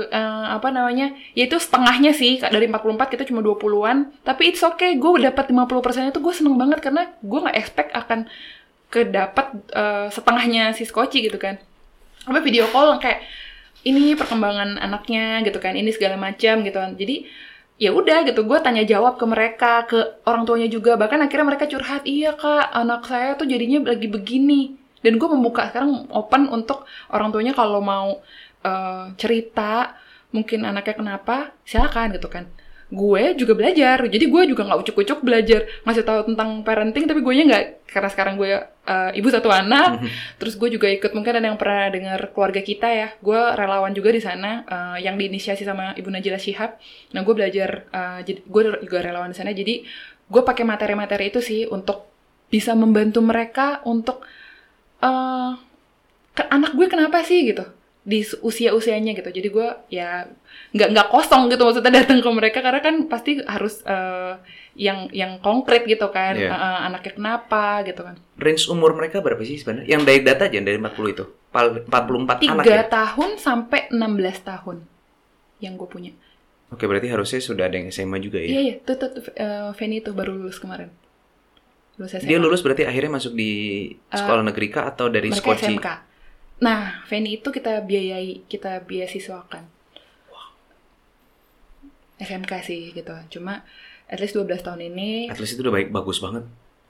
ya itu setengahnya sih, dari 44 kita cuma 20-an, tapi it's okay, gue dapat 50% itu gue seneng banget karena gue nggak expect akan kedapat setengahnya si Skoci gitu kan. Sampai video call kayak ini perkembangan anaknya gitu kan, ini segala macam gitu kan. Jadi ya udah gitu, gue tanya jawab ke mereka, ke orang tuanya juga, bahkan akhirnya mereka curhat, iya Kak anak saya tuh jadinya lagi begini. Dan gue membuka sekarang open untuk orang tuanya kalau mau cerita mungkin anaknya kenapa, silakan gitu kan. Gue juga belajar, jadi gue juga nggak ucuk-ucuk belajar ngasih tahu tentang parenting, tapi gue nya nggak, karena sekarang gue ibu 1 anak, terus gue juga ikut, mungkin ada yang pernah dengar keluarga kita ya, gue relawan juga di sana yang diinisiasi sama Ibu Najila Shihab. Nah gue belajar, gue juga relawan di sana, jadi gue pakai materi-materi itu sih untuk bisa membantu mereka untuk anak gue kenapa sih gitu di usianya gitu. Jadi gue ya nggak kosong gitu maksudnya datang ke mereka, karena kan pasti harus yang konkret gitu kan. Anaknya kenapa gitu kan. Range umur mereka berapa sih sebenarnya? Yang dari data aja dari 40 itu 44 anak 3 tahun sampai 16 tahun yang gue punya. Oke, berarti harusnya sudah ada yang SMA juga ya? Iya tuh Feni tuh baru lulus kemarin. Dia lulus berarti akhirnya masuk di sekolah negeri kah atau dari Skoci? SMK. Nah, Feni itu kita beasiswakan. SMK sih gitu. Cuma at least 12 tahun ini. At least itu udah bagus banget.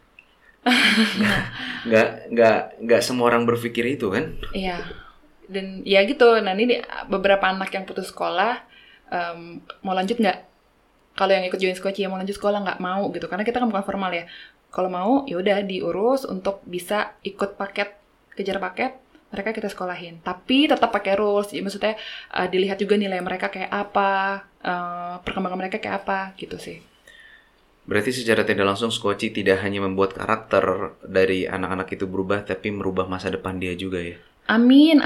Nggak semua orang berpikir itu kan? Iya. Dan ya gitu. Nah ini beberapa anak yang putus sekolah mau lanjut nggak? Kalau yang ikut join Skoci yang mau lanjut sekolah nggak mau gitu, karena kita kan bukan formal ya. Kalau mau ya udah diurus untuk bisa ikut kejar paket, mereka kita sekolahin. Tapi tetap pakai rules, jadi maksudnya dilihat juga nilai mereka kayak apa, perkembangan mereka kayak apa gitu sih. Berarti secara tidak langsung Skoci tidak hanya membuat karakter dari anak-anak itu berubah, tapi merubah masa depan dia juga ya. Amin.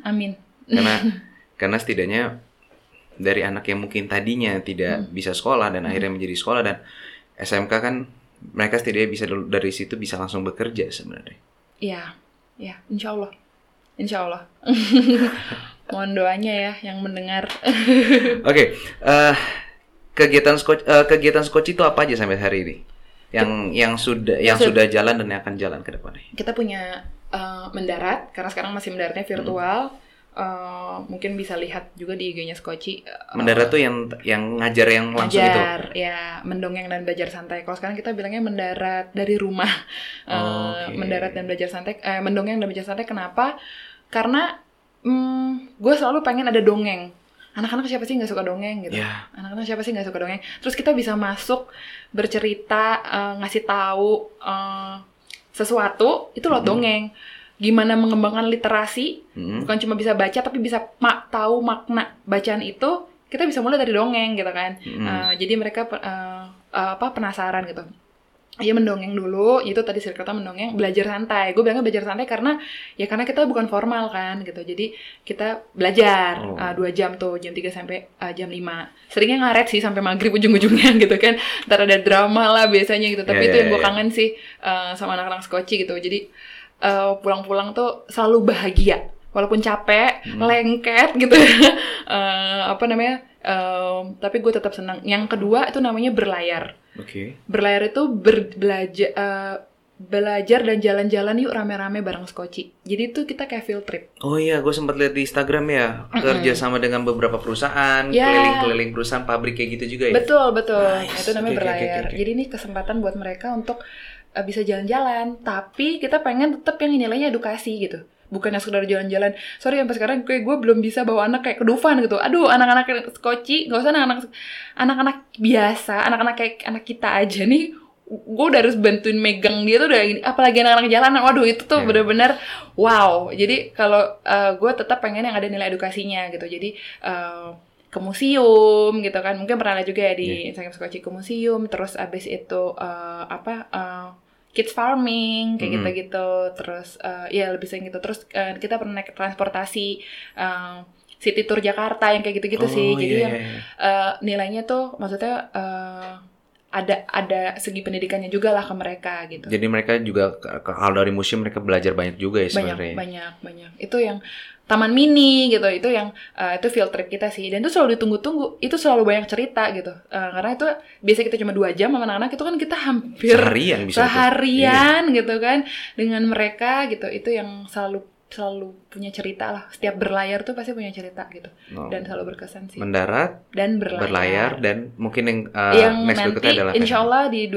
Karena setidaknya dari anak yang mungkin tadinya tidak bisa sekolah dan akhirnya menjadi sekolah dan SMK kan, mereka setidaknya bisa dari situ bisa langsung bekerja sebenarnya. Iya, insya Allah. Mohon doanya ya yang mendengar. Oke, kegiatan Skoci itu apa aja sampai hari ini? Yang sudah jalan dan yang akan jalan ke depannya. Kita punya mendarat, karena sekarang masih mendaratnya virtual. mungkin bisa lihat juga di IG-nya Skoci. Mendarat tuh yang ngajar yang langsung itu. Ngajar, ya, mendongeng dan belajar santai. Kalau sekarang kita bilangnya mendarat dari rumah. Mendarat dan belajar santai, mendongeng dan belajar santai. Kenapa? Karena gue selalu pengen ada dongeng. Anak-anak siapa sih nggak suka dongeng gitu? Yeah. Anak-anak siapa sih nggak suka dongeng? Terus kita bisa masuk, bercerita, ngasih tahu sesuatu itu lewat dongeng. Gimana mengembangkan literasi, bukan cuma bisa baca tapi bisa tahu makna bacaan itu, kita bisa mulai dari dongeng gitu kan. Jadi mereka penasaran gitu. Ya mendongeng dulu, itu tadi Sirkata mendongeng, belajar santai. Gue bilangnya belajar santai karena kita bukan formal kan gitu. Jadi kita belajar 2 jam tuh, jam 3 sampai jam 5. Seringnya ngaret sih sampai maghrib ujung-ujungnya gitu kan. Ntar ada drama lah biasanya gitu. Tapi itu yang gue kangen sih sama anak-anak Skoci gitu. Jadi pulang-pulang tuh selalu bahagia. Walaupun capek, lengket gitu. Tapi gue tetap senang. Yang kedua itu namanya berlayar. Berlayar itu belajar dan jalan-jalan yuk rame-rame bareng Skoci. Jadi itu kita kayak field trip. Oh iya, gue sempat lihat di Instagram ya, kerja sama dengan beberapa perusahaan, keliling-keliling perusahaan pabrik kayak gitu juga ya. Betul. Nice. Itu namanya berlayar. Jadi ini kesempatan buat mereka untuk bisa jalan-jalan, tapi kita pengen tetap yang nilainya edukasi gitu. Bukan yang sekedar jalan-jalan. Sorry sampai sekarang gue belum bisa bawa anak kayak ke Dufan gitu. Aduh, anak-anak Skoci, gak usah anak-anak biasa, anak-anak kayak anak kita aja nih. Gue udah harus bantuin megang dia tuh udah ini, apalagi anak-anak jalanan. Waduh, itu tuh bener-bener wow. Jadi kalau gue tetap pengen yang ada nilai edukasinya gitu. Jadi ke museum gitu kan. Mungkin pernah lihat juga ya di Instagram Skoci ke museum. Terus abis itu kids farming kayak gitu-gitu, terus lebih sering gitu. Terus kita pernah naik transportasi city tour Jakarta yang kayak gitu-gitu sih. Jadi yang nilainya tuh maksudnya ada segi pendidikannya juga lah ke mereka gitu. Jadi mereka juga kalau dari museum mereka belajar banyak juga ya sebenarnya. Banyak. Itu yang taman mini gitu, itu yang itu field trip kita sih, dan itu selalu ditunggu-tunggu, itu selalu banyak cerita gitu, karena itu biasa kita cuma 2 jam sama anak-anak, itu kan kita hampir seharian gitu kan dengan mereka gitu. Itu yang selalu punya cerita lah, setiap berlayar tuh pasti punya cerita gitu, dan selalu berkesan sih. Mendarat dan berlayar dan mungkin yang next nanti adalah insyaallah di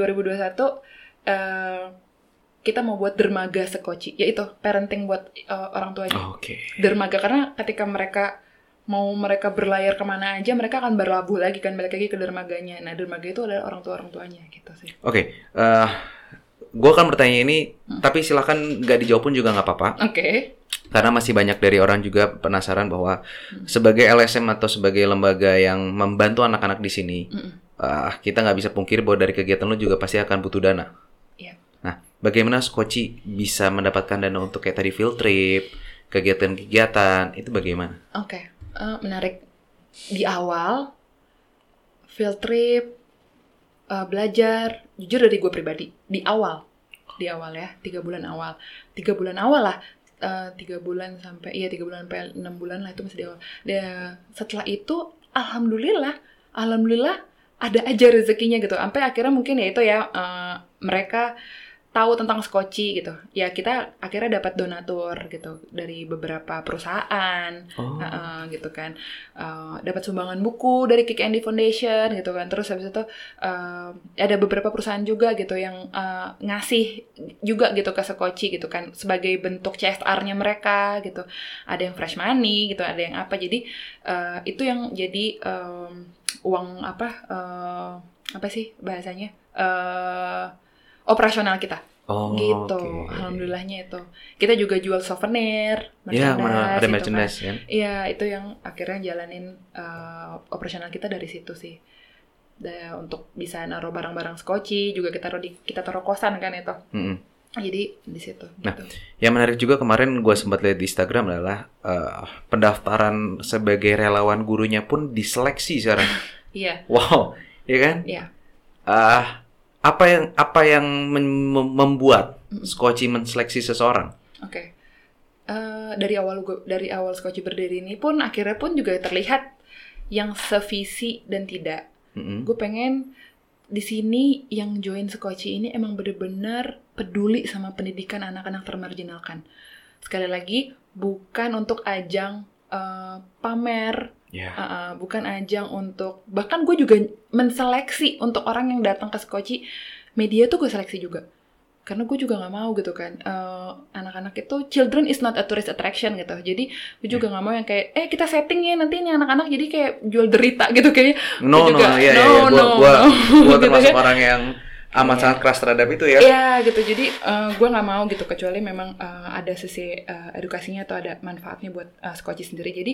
2021 kita mau buat dermaga Skoci, yaitu parenting buat orang tuanya. Dermaga, karena ketika mereka berlayar kemana aja, mereka akan berlabuh lagi kan, balik lagi ke dermaganya. Nah, dermaga itu adalah orang tuanya gitu sih. Gue akan bertanya ini, tapi silakan nggak dijawab pun juga nggak apa-apa. Karena masih banyak dari orang juga penasaran bahwa sebagai LSM atau sebagai lembaga yang membantu anak-anak di sini, kita nggak bisa pungkiri bahwa dari kegiatan lu juga pasti akan butuh dana. Nah, bagaimana Skoci bisa mendapatkan dana untuk kayak tadi field trip, kegiatan-kegiatan, itu bagaimana? Menarik. Di awal, field trip, belajar, jujur dari gue pribadi, di awal ya, 3 bulan awal lah, 3 bulan sampai 6 bulan lah, itu masih di awal. Setelah itu, alhamdulillah ada aja rezekinya gitu, sampai akhirnya mungkin ya itu ya, mereka tahu tentang Skoci gitu. Ya kita akhirnya dapat donatur gitu dari beberapa perusahaan, gitu kan. Dapat sumbangan buku dari Kick Andy Foundation gitu kan. Terus habis itu ada beberapa perusahaan juga gitu yang ngasih juga gitu ke Skoci gitu kan, sebagai bentuk CSR-nya mereka gitu. Ada yang fresh money gitu, ada yang apa. Jadi itu yang jadi uang apa sih bahasanya? Operasional kita. Gitu. Alhamdulillahnya itu. Kita juga jual souvenir, merchandise. Ada merchandise kan? Iya, itu yang akhirnya jalanin operasional kita dari situ sih. Untuk bisa naruh barang-barang Skoci, juga kita taruh kosan kan itu. Jadi di situ. Nah, yang menarik juga kemarin gue sempat lihat di Instagram adalah pendaftaran sebagai relawan gurunya pun diseleksi sekarang. Iya. Wow, iya kan? Iya. Apa yang membuat Skoci menseleksi seseorang? Dari awal Skoci berdiri ini pun akhirnya pun juga terlihat yang sevisi dan tidak. Gue pengen di sini yang join Skoci ini emang benar-benar peduli sama pendidikan anak-anak termarginalkan. Sekali lagi, bukan untuk ajang pamer, Yeah. bukan ajang untuk, bahkan gue juga menseleksi untuk orang yang datang ke Skoci, media tuh gue seleksi juga. Karena gue juga nggak mau gitu kan, anak-anak itu, children is not a tourist attraction gitu. Jadi gue juga nggak mau yang kayak, kita setting ya nanti ini anak-anak jadi kayak jual derita gitu kayak. No, gue termasuk orang yang amat sangat keras terhadap itu ya. Iya gitu, jadi gue nggak mau gitu, kecuali memang ada sisi edukasinya atau ada manfaatnya buat Skoci sendiri. Jadi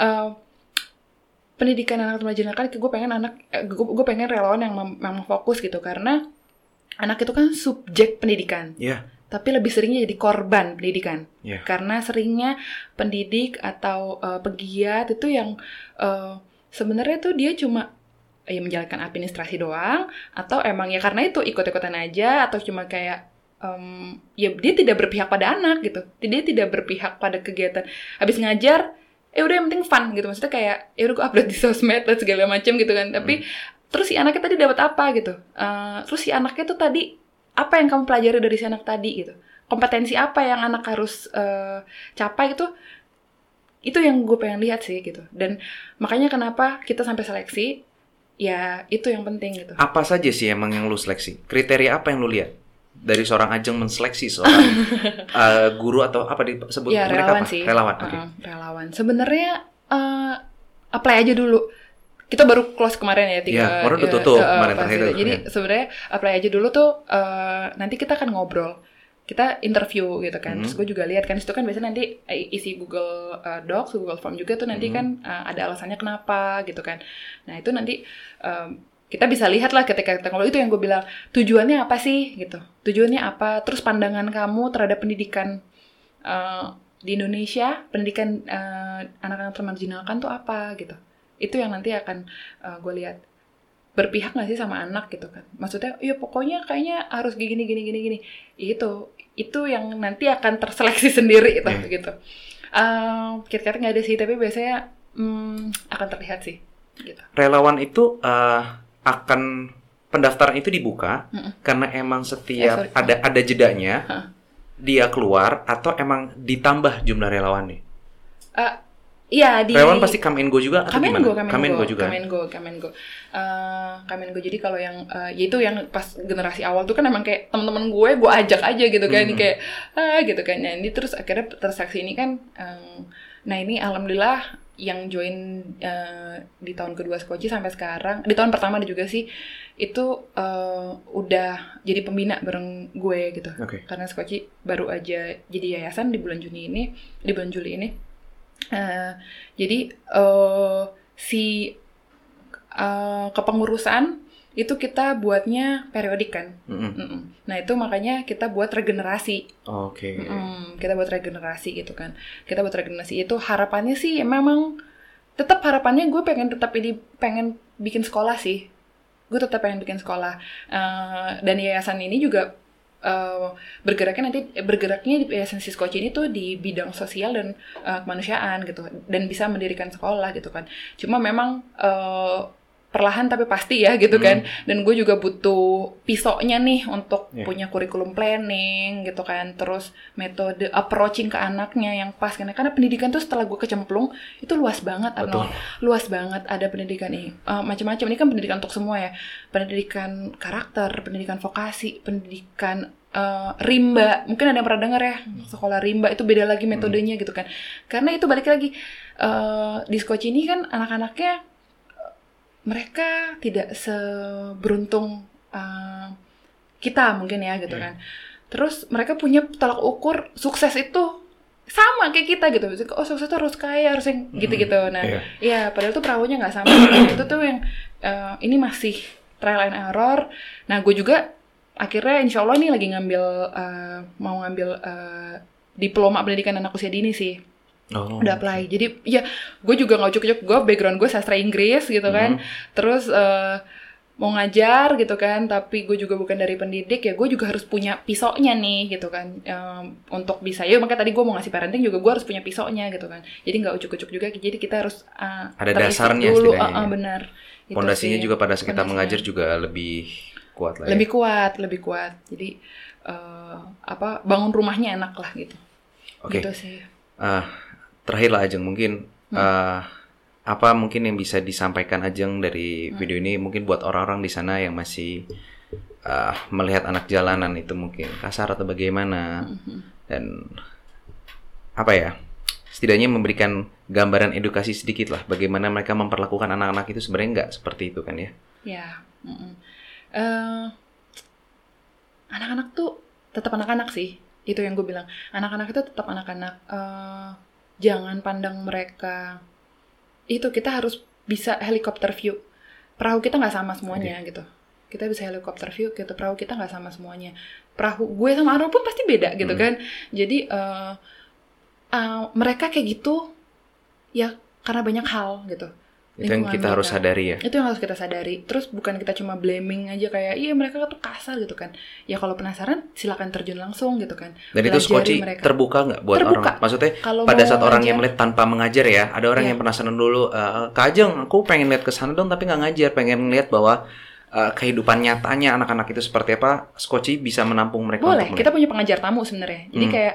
pendidikan anak remaja kan gue pengen relawan yang memang fokus gitu, karena anak itu kan subjek pendidikan, tapi lebih seringnya jadi korban pendidikan, karena seringnya pendidik atau pegiat itu yang sebenarnya tuh dia cuma menjalankan administrasi doang, atau emang ya karena itu ikut-ikutan aja, atau cuma kayak ya dia tidak berpihak pada anak gitu, dia tidak berpihak pada kegiatan, habis ngajar udah yang penting fun gitu, maksudnya kayak udah gue upload di sosmed dan segala macam gitu kan, tapi terus si anaknya tadi dapat apa gitu, terus si anaknya tuh tadi apa yang kamu pelajari dari si anak tadi gitu, kompetensi apa yang anak harus capai gitu, itu yang gue pengen lihat sih gitu. Dan makanya kenapa kita sampai seleksi, ya itu yang penting gitu. Apa saja sih emang yang lu seleksi? Kriteria apa yang lu lihat dari seorang ajeng menseleksi seorang guru atau apa disebut ya, mereka relawan apa? Sih. Relawan. Relawan. Sebenarnya apply aja dulu. Kita baru close kemarin ya, baru udah tutup kemarin terakhir. Jadi sebenarnya apply aja dulu tuh, nanti kita akan ngobrol, kita interview gitu kan. Terus gue juga lihat kan, itu kan biasanya nanti isi Google Docs, Google Form juga tuh nanti kan ada alasannya kenapa gitu kan. Nah itu nanti kita bisa lihat lah ketika kita ngobrol, itu yang gue bilang, tujuannya apa sih gitu, tujuannya apa, terus pandangan kamu terhadap pendidikan di Indonesia, pendidikan anak-anak termarginalkan tuh apa gitu. Itu yang nanti akan gue lihat, berpihak nggak sih sama anak gitu kan, maksudnya ya pokoknya kayaknya harus gini. Itu yang nanti akan terseleksi sendiri gitu. Kira-kira nggak ada sih, tapi biasanya akan terlihat sih gitu. Relawan itu akan pendaftaran itu dibuka karena emang setiap ada jedanya dia keluar, atau emang ditambah jumlah relawannya? Iya, relawan pasti come and go juga atau gimana? Come and go. Jadi kalau yang yaitu yang pas generasi awal tuh kan emang kayak teman-teman gue ajak aja gitu kan, kayak gitu kan. Nah, ini terus akhirnya terseleksi ini kan, nah ini alhamdulillah yang join di tahun kedua Skoci sampai sekarang, di tahun pertama ada juga sih, itu udah jadi pembina bareng gue gitu. Karena Skoci baru aja jadi yayasan di bulan Juli ini. Jadi si kepengurusan itu kita buatnya periodik kan. Nah itu makanya kita buat regenerasi. Kita buat regenerasi gitu kan. Kita buat regenerasi itu harapannya sih memang tetap harapannya gue pengen bikin sekolah sih. Gue tetap pengen bikin sekolah. Dan yayasan ini juga bergeraknya di Yayasan Skoci ini tuh di bidang sosial dan kemanusiaan gitu, dan bisa mendirikan sekolah gitu kan. Cuma memang perlahan tapi pasti ya gitu kan. Dan gue juga butuh pisaunya nih untuk punya kurikulum planning gitu kan, terus metode approaching ke anaknya yang pas kan. Karena pendidikan tuh setelah gue kecemplung itu luas banget, luas banget. Ada pendidikan macam-macam, ini kan pendidikan untuk semua ya, pendidikan karakter, pendidikan vokasi, pendidikan rimba, mungkin ada yang pernah dengar ya, sekolah rimba itu beda lagi metodenya gitu kan. Karena itu balik lagi di Skoci ini kan anak-anaknya mereka tidak seberuntung kita mungkin ya gitu kan. Terus mereka punya tolak ukur sukses itu sama kayak kita gitu. Oh sukses itu harus kaya, harus yang gitu-gitu. Nah ya padahal tuh perahunya nggak sama. Itu tuh yang ini masih trial and error. Nah gue juga akhirnya insya Allah nih lagi mau ngambil diploma pendidikan anak usia dini sih. Udah apply. Jadi ya gue juga nggak ujuk-ujuk, gue background gue sastra Inggris gitu kan. Terus mau ngajar gitu kan, tapi gue juga bukan dari pendidik, ya gue juga harus punya pisaunya nih gitu kan, untuk bisa. Ya makanya tadi gue mau ngasih parenting juga gue harus punya pisaunya gitu kan. Jadi nggak ujuk-ujuk juga. Jadi kita harus ada dasarnya dulu. Benar. Pondasinya juga pada saat kita mengajar juga lebih kuat lah. Lebih kuat. Jadi bangun rumahnya enak lah gitu. Gitu sih. Terakhir lah Ajeng, mungkin apa mungkin yang bisa disampaikan Ajeng dari video ini mungkin buat orang-orang di sana yang masih melihat anak jalanan itu mungkin kasar atau bagaimana, dan apa ya, setidaknya memberikan gambaran edukasi sedikit lah bagaimana mereka memperlakukan anak-anak itu sebenarnya nggak seperti itu kan ya? Ya, anak-anak tuh tetap anak-anak sih, itu yang gue bilang. Anak-anak itu tetap anak-anak. Jangan pandang mereka. Itu kita harus bisa helikopter view. Perahu kita nggak sama semuanya gitu. Kita bisa helikopter view gitu. Perahu kita nggak sama semuanya. Perahu gue sama Arnold pun pasti beda gitu kan. Jadi mereka kayak gitu ya karena banyak hal gitu. Itu yang kita harus sadari ya. Itu yang harus kita sadari. Terus bukan kita cuma blaming aja kayak iya mereka tuh kasar gitu kan. Ya kalau penasaran silakan terjun langsung gitu kan. Dan itu Skoci terbuka nggak buat orang? Maksudnya kalau pada saat orang yang melihat tanpa mengajar ya, ada orang yang penasaran dulu, Kak Ajeng, aku pengen lihat ke sana dong tapi nggak ngajar, pengen lihat bahwa kehidupan nyatanya anak-anak itu seperti apa. Skoci bisa menampung mereka. Boleh, kita punya pengajar tamu sebenarnya. Jadi kayak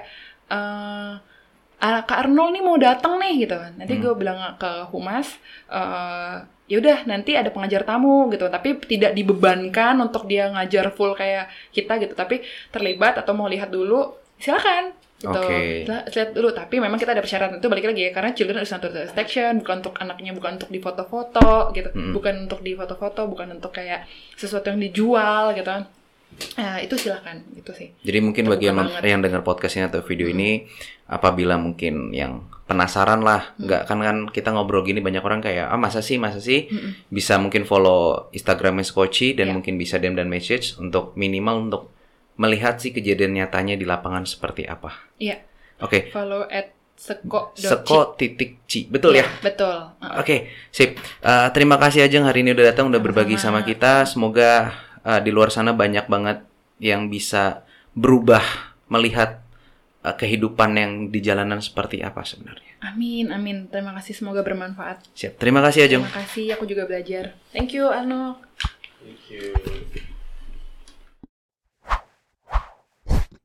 Kak Arnold nih mau datang nih gitu kan. Nanti gue bilang ke humas, ya udah nanti ada pengajar tamu gitu. Tapi tidak dibebankan untuk dia ngajar full kayak kita gitu. Tapi terlibat atau mau lihat dulu, silakan gitu. Lihat dulu. Tapi memang kita ada persyaratan itu balik lagi ya. Karena children is under section, bukan untuk anaknya, bukan untuk di foto-foto gitu. Bukan untuk di foto-foto, bukan untuk kayak sesuatu yang dijual gitu kan. Itu silakan gitu sih. Jadi mungkin bagi yang dengar podcast ini atau video ini, apabila mungkin yang penasaran lah, nggak kan kita ngobrol gini banyak orang kayak masa sih bisa mungkin follow Instagramnya Skoci dan mungkin bisa DM dan message untuk minimal untuk melihat sih kejadian nyatanya di lapangan seperti apa. Iya. Oke. Follow @seko.ci. Betul ya? Betul. Oke, sip. Terima kasih Ajeng hari ini udah datang, udah berbagi sama kita. Semoga di luar sana banyak banget yang bisa berubah melihat kehidupan yang di jalanan seperti apa sebenarnya. Amin. Terima kasih, semoga bermanfaat. Siap. Terima kasih Ajeng. Terima kasih, aku juga belajar. Thank you, Arno. Thank you.